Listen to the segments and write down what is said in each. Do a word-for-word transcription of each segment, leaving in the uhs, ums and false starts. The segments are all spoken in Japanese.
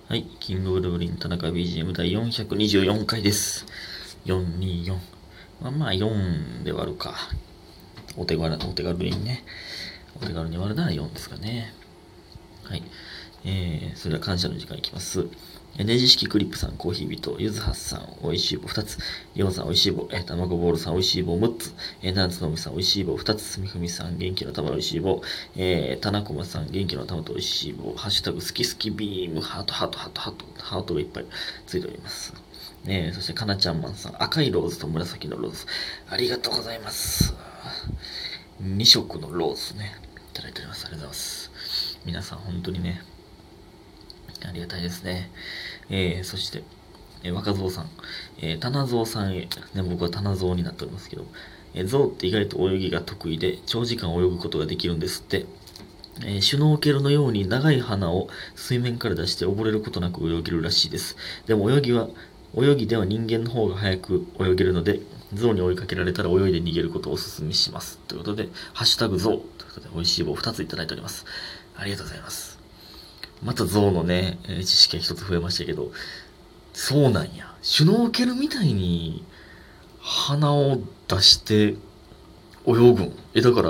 はい、キングブルブリン田中 ビージーエム 第よんひゃくにじゅうよんかいです。よんにーよん。まあまあよんで割るか。お手軽、お手軽にね。お手軽に割るならよんですかね。はい。えー、それでは感謝の時間いきます。ネジ式クリップさん、コーヒー人、ゆずはさん、おいしい棒ふたつ、りょうさん、おいしい棒、えー、たまごボールさん、おいしい棒むっつ、えー、なつのみさん、おいしい棒ふたつ、すみふみさん、元気の玉おいしい棒、えー、たなこまさん、元気の玉とおいしい棒、ハッシュタグ、好き好きビーム、ハート、ハート、ハート、ハート、ハートがいっぱいついております。えー、そして、かなちゃんまんさん、赤いローズと紫のローズ、ありがとうございます。に色のローズね、いただいております。ありがとうございます。皆さん、本当にね、ありがたいですね。えー、そして、えー、若造さん、えー、棚蔵さんへ、ね、僕は棚蔵になっておりますけど、えー、象って意外と泳ぎが得意で、長時間泳ぐことができるんですって。えー、シュノーケルのように長い鼻を水面から出して溺れることなく泳げるらしいです。でも泳ぎは、泳ぎでは人間の方が早く泳げるので、象に追いかけられたら泳いで逃げることをお勧めします。ということで、ハッシュタグ象ということで、美味しい棒ふたついただいております。ありがとうございます。また象のね、知識が一つ増えましたけど、そうなんや。シュノーケルみたいに鼻を出して泳ぐん。え、だから、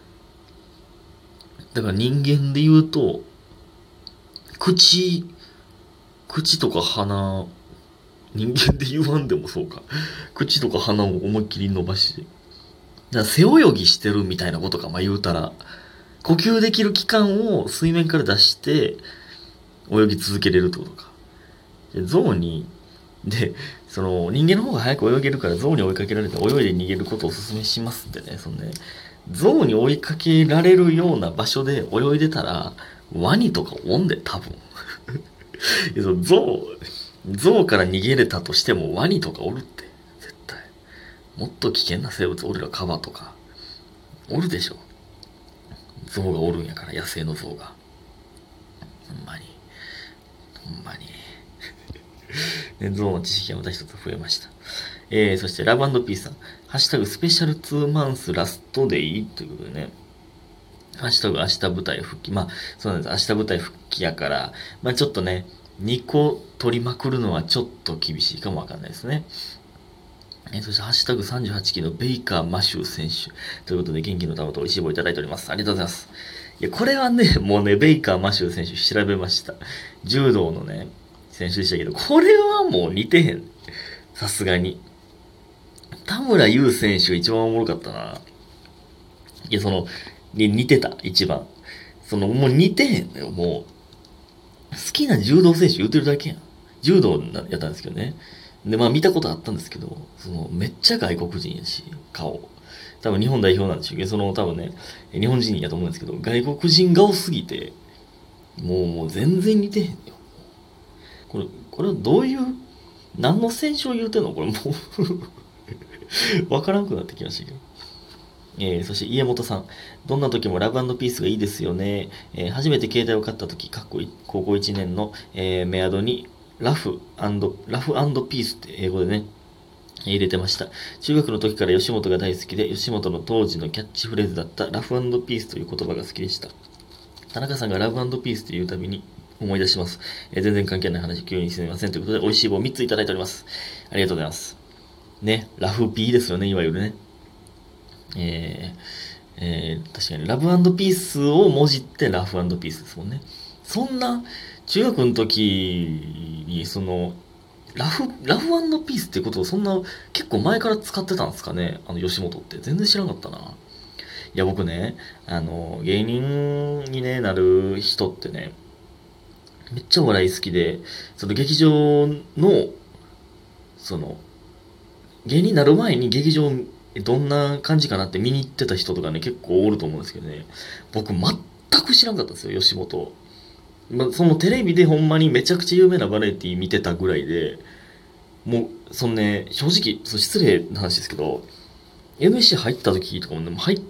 だから人間で言うと、口、口とか鼻、人間で言わんでもそうか。口とか鼻を思いっきり伸ばして。だから背泳ぎしてるみたいなことか、まあ言うたら。呼吸できる器官を水面から出して泳ぎ続けれるってことか。で象に、で、その人間の方が早く泳げるから象に追いかけられて泳いで逃げることをお勧めしますってね、そのね、象に追いかけられるような場所で泳いでたら、ワニとかおんで、多分。いやその象、象から逃げれたとしてもワニとかおるって、絶対。もっと危険な生物おるよ、カバとか。おるでしょ。象がおるんやから、野生の象が。ほんまに。ほんまに。ね、象の知識がまた一つ増えました。えー、そしてラブピースさん。ハッシュタグスペシャルツーマンスラストデイということでね。ハッシュタグ明日舞台復帰。まあ、そうなんです。明日舞台復帰やから、まあちょっとね、にこ取りまくるのはちょっと厳しいかもわかんないですね。えー、そしてハッシュタグさんじゅうはちきのベイカー・マシュー選手。ということで元気の玉と美味しい棒いただいております。ありがとうございます。いや、これはね、もうね、ベイカー・マシュー選手調べました。柔道のね、選手でしたけど、これはもう似てへん。さすがに。田村優選手が一番おもろかったな。いや、その、に似てた、一番。その、もう似てへんのよ、もう。好きな柔道選手言うてるだけやん。柔道やったんですけどね。で、まあ見たことあったんですけど、その、めっちゃ外国人やし、顔。多分日本代表なんでしょうけど、その多分ね、日本人やと思うんですけど、外国人顔すぎて、もう、もう全然似てへんよ。これ、これはどういう、何の選手を言うてんのこれもうわからんくなってきましたけど。えー、そして家元さん。どんな時もラブピースがいいですよね。えー、初めて携帯を買った時、かっこ高校いちねんの、えー、メアドに、ラフラフピースって英語でね、入れてました。中学の時から吉本が大好きで、吉本の当時のキャッチフレーズだったラフピースという言葉が好きでした。田中さんがラブピースというたびに思い出します。えー、全然関係ない話、急にすみません。ということで、美味しい棒みっついただいております。ありがとうございます。ね、ラフピーですよね、いわゆるね。えー、えー、確かにラブピースをもじってラフピースですもんね。そんな、中学の時に、その、ラフ、ラフピースってことをそんな、結構前から使ってたんですかね、あの、吉本って。全然知らなかったな。いや、僕ね、あの、芸人に、ね、なる人ってね、めっちゃお笑い好きで、その劇場の、その、芸人になる前に劇場どんな感じかなって見に行ってた人とかね、結構おると思うんですけどね。僕全く知らんかったんですよ、吉本。まあ、そのテレビでほんまにめちゃくちゃ有名なバラエティ見てたぐらいで、もう、そのね、正直、そう失礼な話ですけど、エヌエスシー 入った時とかもね、入って、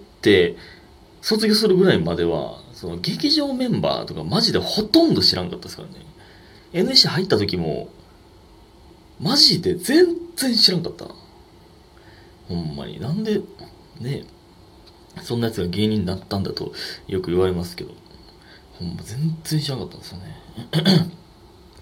卒業するぐらいまでは、その劇場メンバーとかマジでほとんど知らんかったですからね。エヌエスシー 入った時も、マジで全然知らんかったな。ほんまに。なんで、ね、そんな奴が芸人になったんだとよく言われますけど、ほんま全然知らなかったんですよね。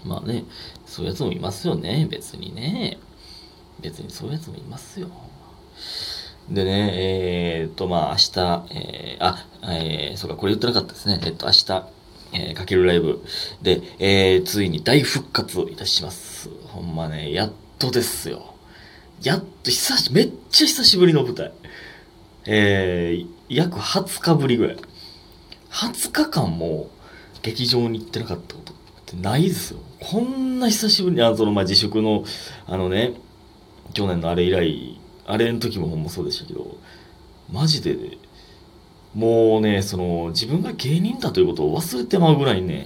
まあね、そういうやつもいますよね、別にね。別にそういうやつもいますよ。でね、えー、っと、まあ、明日、えー、あ、えー、そうか、これ言ってなかったですね。えっと、明日、えー、かけるライブで、えー、ついに大復活をいたします。ほんまね、やっとですよ。やっと、久し、めっちゃ久しぶりの舞台。えー、約はつかぶりぐらい。はつかかんも劇場に行ってなかったことってないですよ。こんな久しぶりに、あの、その、まあ、自粛の、あのね、去年のあれ以来、あれの時もほんまそうでしたけど、マジで、ね、もうね、その、自分が芸人だということを忘れてまうぐらいね、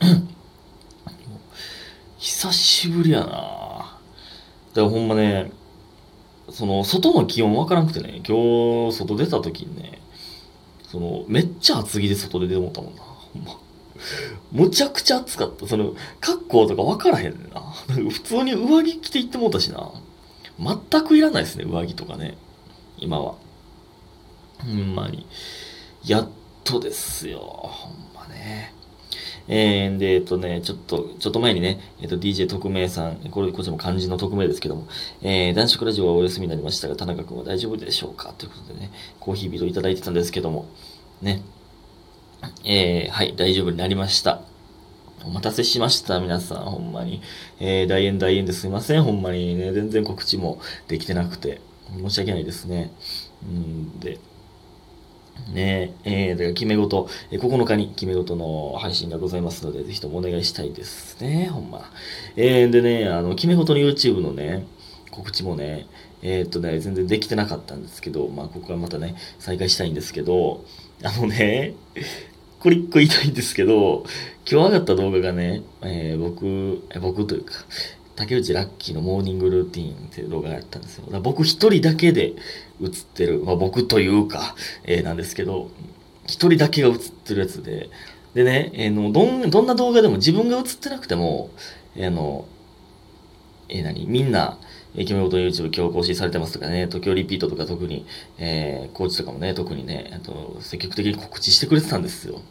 久しぶりやな。だからほんまね、その、外の気温わからなくてね、今日、外出た時にね、その、めっちゃ厚着で外で出てもったもんな。ほんま。むちゃくちゃ暑かった。その、格好とかわからへんねんな。なんか普通に上着着て行ってもうたしな。全くいらないですね、上着とかね。今は。ほんまに。やっとですよ。ほんまね。えー、で、えっとね、ちょっと、ちょっと前にね、えっと、ディージェー 特命さん、これ、こっちも漢字の特命ですけども、えー、男色ラジオはお休みになりましたが、田中君は大丈夫でしょうかということでね、コーヒービートいただいてたんですけども、ね、えー、はい、大丈夫になりました。お待たせしました、皆さん、ほんまに。えー、大変大変ですいません、ほんまにね、全然告知もできてなくて、申し訳ないですね。うんで、ねえ、えー、だから決め事、えー、ここのかに決め事の配信がございますので、ぜひともお願いしたいですね、ほんま。えー、でね、あの、決め事の YouTube のね、告知もね、えー、っとね、全然できてなかったんですけど、まあ、ここからまたね、再開したいんですけど、あのね、これ一個言いたいんですけど、今日上がった動画がね、えー、僕、え僕というか、竹内ラッキーのモーニングルーティーンっていう動画があったんですよ。だから僕一人だけで映ってる、まあ僕というか、えー、なんですけど、一人だけが映ってるやつで、でね、えー、のどん、どんな動画でも自分が映ってなくても、えー、の、えー、何みんな、えー、決め事の YouTube 今日更新されてますとかね、東京リピートとか特に、えー、コーチとかもね、特にね、あと積極的に告知してくれてたんですよ。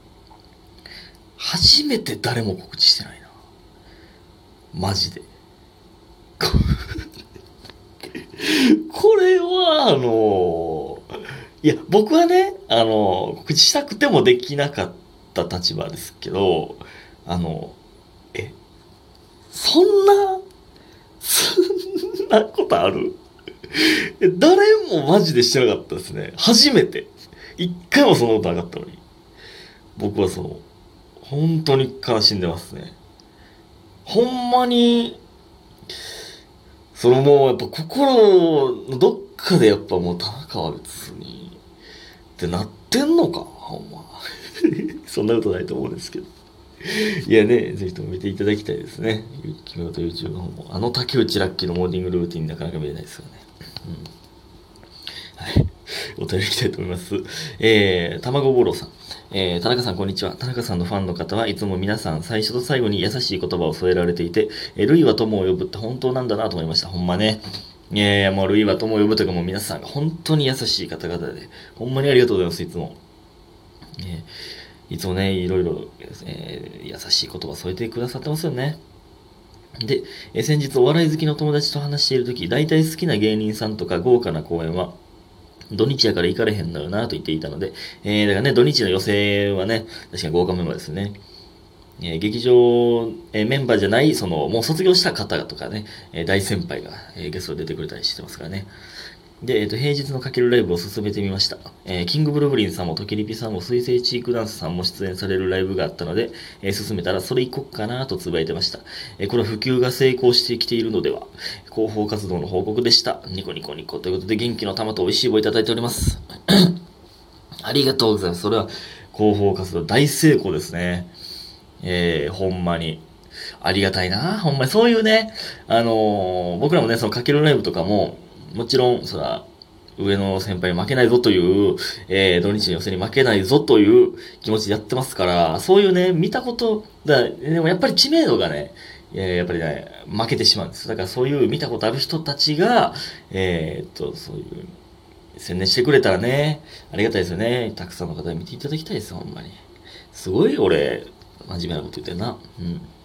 初めて誰も告知してないな。マジで。これは、あのいや、僕はね、あの告知したくてもできなかった立場ですけど、あの、え、そんな、そんなことある？誰もマジでしてなかったですね。初めて。一回もそのことなかったのに。僕はその、本当に悲しんでますね。ほんまに、そのもうやっぱ心のどっかでやっぱもう田中は別にってなってんのかほんま。そんなことないと思うんですけど。いやね、ぜひとも見ていただきたいですね。君と YouTube の方も。あの竹内ラッキーのモーニングルーティンなかなか見れないですよね。うん。はい。お便りいきたいと思います。えー、卵ボロさん。えー、田中さん、こんにちは。田中さんのファンの方はいつも皆さん、最初と最後に優しい言葉を添えられていて、えー、ルイは友を呼ぶって本当なんだなと思いました。ほんまね。いやいや、もうルイは友を呼ぶというか、もう皆さんが本当に優しい方々で、ほんまにありがとうございます、いつも。えー、いつもね、いろいろ、えー、優しい言葉添えてくださってますよね。で、えー、先日お笑い好きの友達と話しているとき、大体好きな芸人さんとか豪華な公演は、土日やから行かれへんのよなと言っていたので、えー、だからね、土日の予選はね、確かに豪華メンバーですね。えー、劇場、えー、メンバーじゃない、その、もう卒業した方とかね、えー、大先輩が、えー、ゲストで出てくれたりしてますからね。で、えっ、ー、と、平日のかけるライブを進めてみました。えー、キングブルブリンさんもトキリピさんも水星チークダンスさんも出演されるライブがあったので、えー、進めたらそれ行こっかなとつぶやいてました。えー、これは普及が成功してきているのでは。広報活動の報告でした。ニコニコニコということで元気の玉と美味しい棒いただいております。ありがとうございます。それは広報活動大成功ですね。えー、ほんまに。ありがたいな。ほんまにそういうね、あのー、僕らもね、そのかけるライブとかも、もちろん、そら、上の先輩に負けないぞという、えー、土日の予選に負けないぞという気持ちでやってますから、そういうね、見たことだ、でもやっぱり知名度がね、えー、やっぱりね、負けてしまうんです。だからそういう見たことある人たちが、えー、っと、そういう、宣伝してくれたらね、ありがたいですよね。たくさんの方に見ていただきたいです、ほんまに。すごい俺、真面目なこと言ってんな。うん。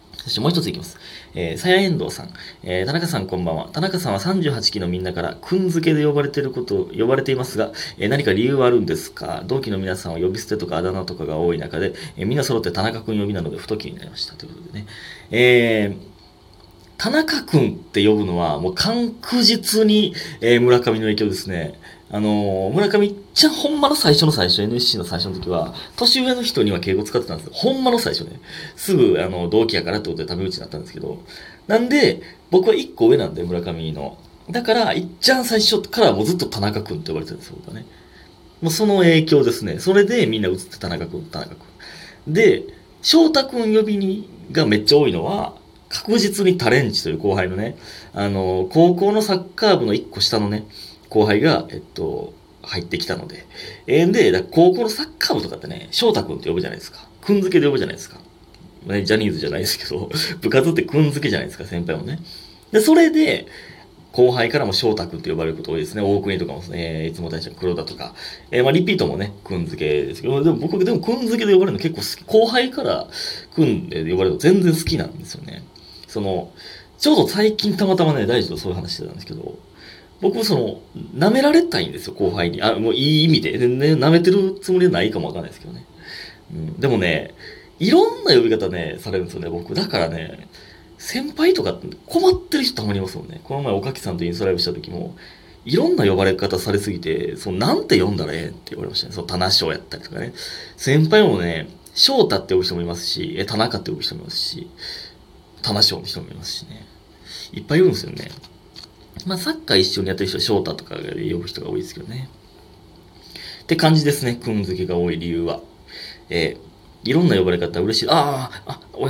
そしてもう一ついきます。えー、さやえんどうさん。えー、田中さんこんばんは。田中さんはさんじゅうはちきのみんなから、くんづけで呼ばれていること、呼ばれていますが、えー、何か理由はあるんですか？同期の皆さんは呼び捨てとかあだ名とかが多い中で、えー、みんな揃って田中くん呼びなので、ふと気になりました。ということでね。えー、田中くんって呼ぶのは、もう確実に、えー、村上の影響ですね。あのー、村上ちゃんほんまの最初の最初、エヌエスシー の最初の時は、年上の人には敬語使ってたんですよ。ほんまの最初ね。すぐ、あの、同期やからってことでタメ口になったんですけど。なんで、僕はいっこ上なんで、村上の。だから、いっちゃん最初からもうずっと田中くんって呼ばれてるんですよ、僕はね。もうその影響ですね。それでみんな移って田中くん、田中くん。で、翔太くん呼びにがめっちゃ多いのは、確実にタレンチという後輩のね、あの、高校のサッカー部のいっこ下のね、後輩が、えっと、入ってきたので。えー、で、高校のサッカー部とかってね、翔太くんって呼ぶじゃないですか。くんづけで呼ぶじゃないですか。ね、ジャニーズじゃないですけど、部活ってくんづけじゃないですか、先輩もね。で、それで、後輩からも翔太くんって呼ばれること多いですね。大国とかもね、いつも大体黒田とか。えー、まあ、リピートもね、くんづけですけど、でも僕、でもくんづけで呼ばれるの結構好き。後輩からくんで呼ばれるの全然好きなんですよね。その、ちょうど最近たまたまね、大臣とそういう話してたんですけど、僕その、舐められたいんですよ、後輩に。あ、もういい意味で。でね、舐めてるつもりはないかもわかんないですけどね。うん、でもね、いろんな呼び方ね、されるんですよね、僕。だからね、先輩とかって困ってる人たまにいますもんね。この前、おかきさんとインスタライブした時も、いろんな呼ばれ方されすぎて、その、なんて呼んだらええんって言われましたね。そう、田無翔やったりとかね。先輩もね、翔太って呼ぶ人もいますし、え、田中って呼ぶ人もいますし、田無翔の人もいますしね。いっぱいいるんですよね。まあ、サッカー一緒にやってる人は翔太とかで呼ぶ人が多いですけどね。って感じですね。くんづけが多い理由は。えー、いろんな呼ばれ方嬉しい。ああ、あ、お